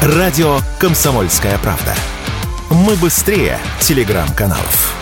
Радио «Комсомольская правда». Мы быстрее телеграм-каналов.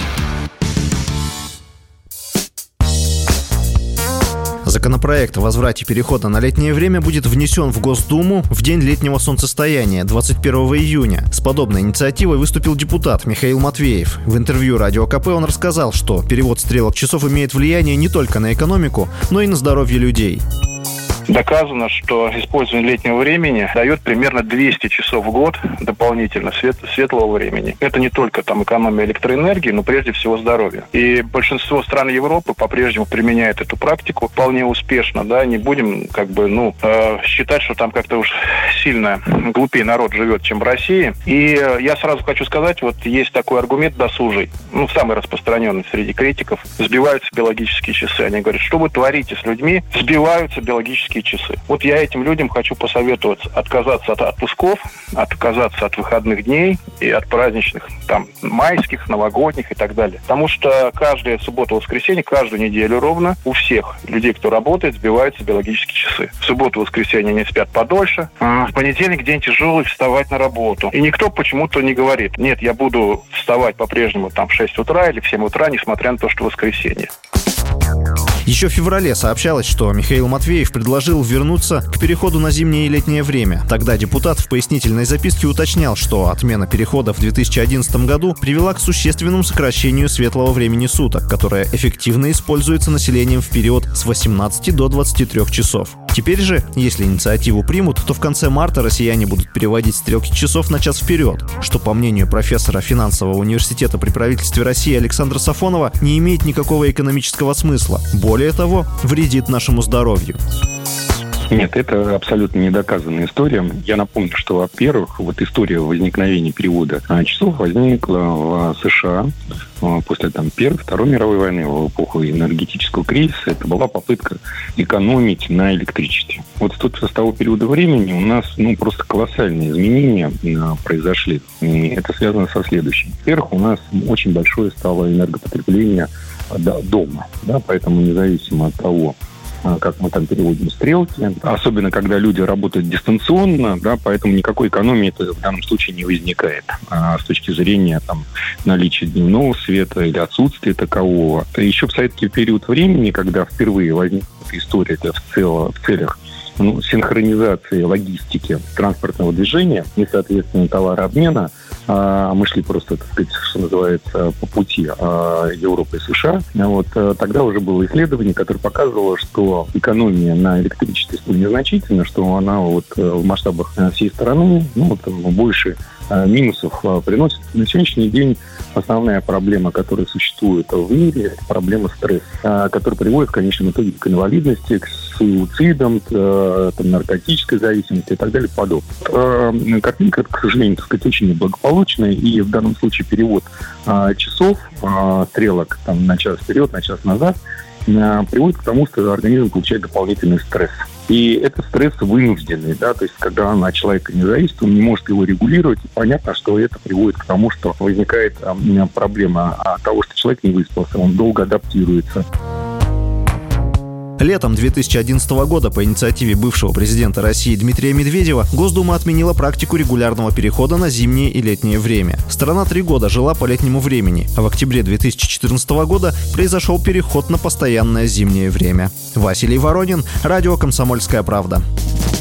Законопроект о возврате перехода на летнее время будет внесен в Госдуму в день летнего солнцестояния, 21 июня. С подобной инициативой выступил депутат Михаил Матвеев. В интервью Радио КП он рассказал, что перевод стрелок часов имеет влияние не только на экономику, но и на здоровье людей. Доказано, что использование летнего времени дает примерно 200 часов в год дополнительно светлого времени. Это не только экономия электроэнергии, но прежде всего здоровье. И большинство стран Европы по-прежнему применяет эту практику вполне успешно. Да? Не будем считать, что там как-то уж сильно глупее народ живет, чем в России. И я сразу хочу сказать, есть такой аргумент досужий, самый распространенный среди критиков. Сбиваются биологические часы. Они говорят, что вы творите с людьми? Сбиваются биологические часы. Я этим людям хочу посоветовать отказаться от отпусков, отказаться от выходных дней и от праздничных, майских, новогодних и так далее. Потому что каждая суббота-воскресенье, каждую неделю ровно у всех людей, кто работает, сбиваются биологические часы. В субботу-воскресенье они спят подольше, а в понедельник день тяжелый, вставать на работу. И никто почему-то не говорит, нет, я буду вставать по-прежнему в 6 утра или в 7 утра, несмотря на то, что воскресенье. Еще в феврале сообщалось, что Михаил Матвеев предложил вернуться к переходу на зимнее и летнее время. Тогда депутат в пояснительной записке уточнял, что отмена перехода в 2011 году привела к существенному сокращению светлого времени суток, которое эффективно используется населением в период с 18 до 23 часов. Теперь же, если инициативу примут, то в конце марта россияне будут переводить стрелки часов на час вперед, что, по мнению профессора финансового университета при правительстве России Александра Сафонова, не имеет никакого экономического смысла. Более того, вредит нашему здоровью. Нет, это абсолютно недоказанная история. Я напомню, что, во-первых, история возникновения перевода часов возникла в США после Первой, Второй мировой войны, в эпоху энергетического кризиса. Это была попытка экономить на электричестве. С того периода времени у нас просто колоссальные изменения произошли. И это связано со следующим. Во-первых, у нас очень большое стало энергопотребление дома. Поэтому независимо от того, как мы переводим стрелки, особенно когда люди работают дистанционно, поэтому никакой экономии в данном случае не возникает с точки зрения наличия дневного света или отсутствия такового. Еще в советский период времени, когда впервые возникла история в целях синхронизации логистики транспортного движения и, соответственно, товарообмена, мы шли просто, что называется, по пути Европы и США. Тогда уже было исследование, которое показывало, что экономия на электричестве столь незначительна, что она в масштабах всей страны больше минусов приносит. На сегодняшний день основная проблема, которая существует в мире, это проблема стресса, которая приводит в конечном итоге к инвалидности, к суицидам, к наркотической зависимости и так далее подобное. Картинка, к сожалению, очень неблагополучная, и в данном случае перевод часов, стрелок на час вперед, на час назад приводит к тому, что организм получает дополнительный стресс. И это стресс вынужденный, то есть когда он от человека не зависит, он не может его регулировать, и понятно, что это приводит к тому, что возникает проблема от того, что человек не выспался, он долго адаптируется. Летом 2011 года по инициативе бывшего президента России Дмитрия Медведева Госдума отменила практику регулярного перехода на зимнее и летнее время. Страна 3 года жила по летнему времени, а в октябре 2014 года произошел переход на постоянное зимнее время. Василий Воронин, Радио «Комсомольская правда».